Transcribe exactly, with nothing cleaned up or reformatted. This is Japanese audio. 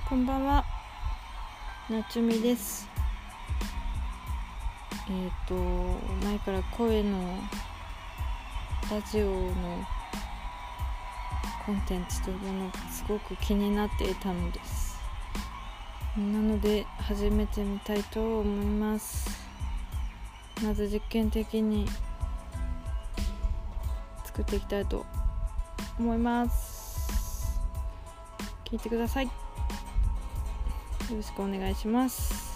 こんばんは、なちゅみです。えっ、ー、と前から声のラジオのコンテンツというのがすごく気になっていたのです。なので始めてみたいと思います。まず実験的に作っていきたいと思います。聞いてください。よろしくお願いします。